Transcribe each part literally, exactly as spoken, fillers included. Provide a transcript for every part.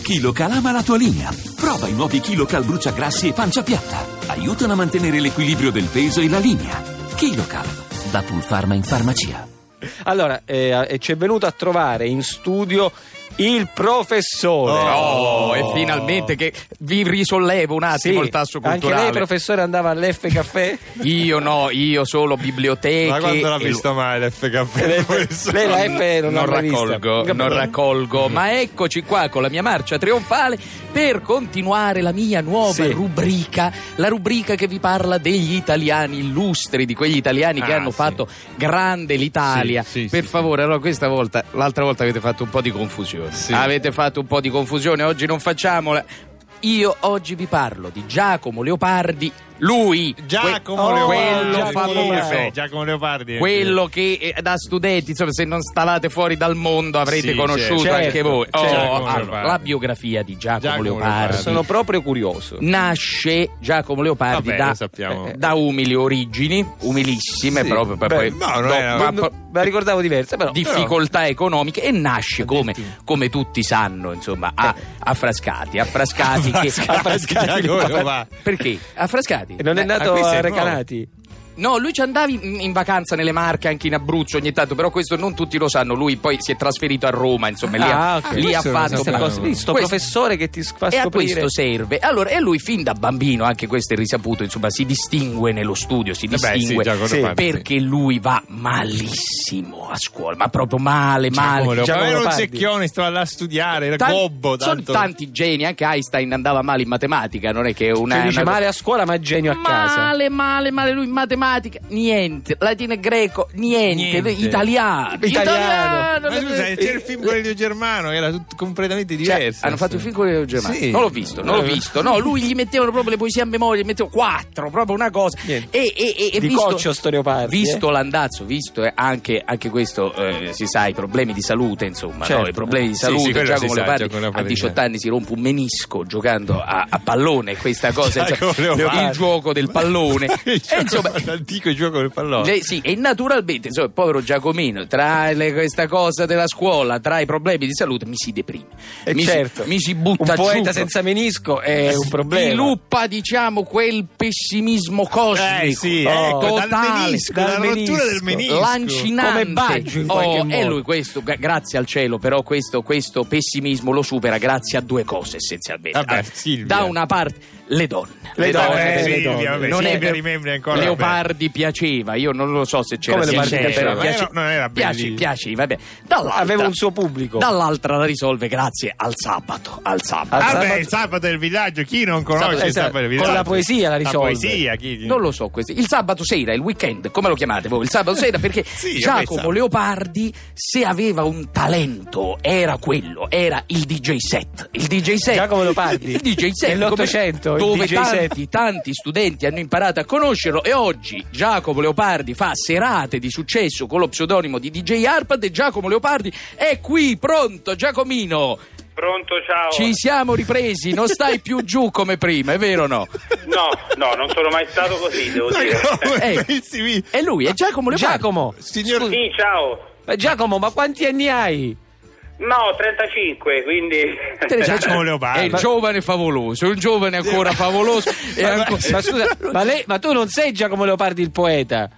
KiloCal ama la tua linea. Prova i nuovi KiloCal bruciagrassi e pancia piatta. Aiutano a mantenere l'equilibrio del peso e la linea. KiloCal, da Pulpharma in farmacia. Allora, eh, ci è venuto a trovare in studio il professore. Oh, e finalmente che vi risollevo un attimo Sì, il tasso culturale. anche lei, professore, andava all'F Caffè? Io no, io solo biblioteche. Ma quando l'ha e visto lo- mai l'F Caffè? Lei la F non, non l'ha mai vista. raccolgo, non raccolgo, ma eccoci qua con la mia marcia trionfale per continuare la mia nuova Sì. rubrica, la rubrica che vi parla degli italiani illustri, di quegli italiani che Ah, hanno sì. fatto grande l'Italia. Sì, sì, per sì, favore, allora questa volta, l'altra volta avete fatto un po' di confusione. Sì. Avete fatto un po' di confusione, oggi non facciamola. Io oggi vi parlo di Giacomo Leopardi. Lui, Giacomo que- Leopardi, quello Giacomo famoso, Leopardi, Giacomo Leopardi, quello che eh, da studenti, insomma, se non stalate fuori dal mondo avrete Sì, conosciuto certo, anche voi. certo. Oh, Giacomo allora, Leopardi. la biografia di Giacomo, Giacomo Leopardi. Leopardi. Sono proprio curioso. Nasce Giacomo Leopardi Vabbè, da, lo sappiamo. eh, da umili origini, umilissime Sì. proprio, poi- Beh, poi- no, non no, era- ma- No, me la ricordavo diversa, però. difficoltà economiche e nasce come, come tutti sanno, insomma, a, a Frascati, a Frascati che A Frascati, Giacomo a- Leopardi. perché? A Frascati? E non è Eh, nato questo è a nuovo. Recanati? No, lui ci andavi in in vacanza nelle Marche, anche in Abruzzo ogni tanto, però questo non tutti lo sanno. Lui poi si è trasferito a Roma, insomma, lì, Ah, ha, ok. lì ha Questo non fatto lo sapevo. Cosa, sto Questo- professore che ti fa e a scoprire. questo serve. Allora, e lui fin da bambino, anche questo è risaputo, insomma, si distingue nello studio, si Eh beh, sì, distingue Giacomo Sì, Leopardi, sì. perché lui va malissimo a scuola, ma proprio male, Giacomo male. Leopardi. Giacomo Era un Leopardi. secchione, stava là a studiare, era Tan- gobbo. sono Tanto... tanti geni, anche Einstein andava male in matematica, non è che è una... Cioè, dice una- male a scuola ma genio a casa. Male, male, male, lui in matematica, niente, latino e greco, niente, Niente. italiano, Italiano. Ma scusa, c'era il film con Elio Germano, era tutto completamente Cioè, diverso. hanno fatto il film con Elio Germano. Sì. Non l'ho visto, non l'ho visto. No, lui gli mettevano proprio le poesie a memoria, gli mettevano quattro, proprio una cosa. Niente. E, e, e, e Di visto, Coccio sto Leopardi, visto l'andazzo, visto eh, anche, anche questo, eh, si sa, i problemi di salute, insomma, Certo. no? I problemi di Sì, salute. sì, quello Giacomo si sa, Leopardi Giacomo a Leopardi, diciotto anni si rompe un menisco giocando a, a pallone, questa cosa, Giacomo insomma, Leopardi. il gioco del pallone. Il e insomma, gioco- l'antico gioco del pallone. eh, sì, e naturalmente, insomma, il povero Giacomino, tra le- questa cosa della scuola, tra i problemi di salute, mi si deprime. E mi, certo, si, mi si butta un poeta giù. senza menisco è un problema. Sviluppa, diciamo, quel pessimismo cosmico. Eh sì, Oh, ecco, dal totale, menisco, dal dalla menisco. rottura del menisco. lancinante. Come Baggio, in qualche Oh, modo. e lui questo, gra- grazie al cielo, però questo, questo pessimismo lo supera grazie a due cose essenzialmente. Vabbè, Ah, Silvia. da una parte le donne. Le donne, Eh, le Silvia, donne. vabbè, Non è Silvia per- rimembri ancora. Leopardi piaceva, io non lo so se c'era Come Leopardi Silvia, piaceva? però Ma piace- era- non era piace, bellissimo. piace, vabbè. Dall'altra, Aveva un suo pubblico. Dall'altra la risolve grazie al sabato, al sabato. Al Ah, sabato- beh, il sabato del villaggio, chi non conosce Sabato- il esatto, sabato del con villaggio? la poesia la risolve. La poesia, chi... Non lo so questo. Il sabato sera, il weekend, come lo chiamate voi? Il sabato sera perché Sì, vabbè, Giacomo sabato. Leopardi, se aveva un talento, era quello, era il D J set. Il D J set. Giacomo Leopardi? Il D J set. Nell'Ottocento, il come- Dove D J tanti, tanti studenti hanno imparato a conoscerlo e oggi Giacomo Leopardi fa serate di successo con lo pseudonimo di D J Arpad e Giacomo Leopardi è qui, pronto, Giacomino. Pronto, ciao. Ci siamo ripresi, non stai più giù come prima, è vero o no? No, no, non sono mai stato così, devo dire. Eh, Bellissimi. E lui è Giacomo Leopardi. Giacomo, Signor... Sì, ciao. eh, Giacomo, ma quanti anni hai? No, trentacinque, quindi... Giacomo Leopardi. È il giovane favoloso, è un giovane ancora favoloso. E Ma, ancora... ma scusa, ma, lei, ma tu non sei Giacomo Leopardi il poeta?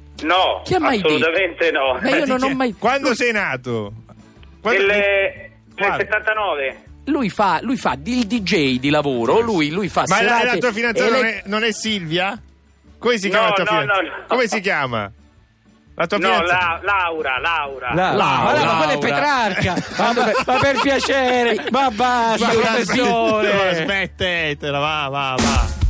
No, Chi ha mai assolutamente no. Ma io non ho mai. Quando sei nato? Quando... Nel, nel Guarda. settantanove. Lui fa, lui fa il D J di lavoro, lui, lui fa Ma la, serate. la tua fidanzata ele- non, è, non è Silvia? Come si No, chiama la tua no, fidanzata? no, no. Come si chiama? La tua No, fidanzata? la, Laura, Laura. La- Laura, ma, no, ma quella è Laura. Petrarca. ma, ma- ma per piacere, ma basta, Ma- professore. Ma smettetela, va, va, va.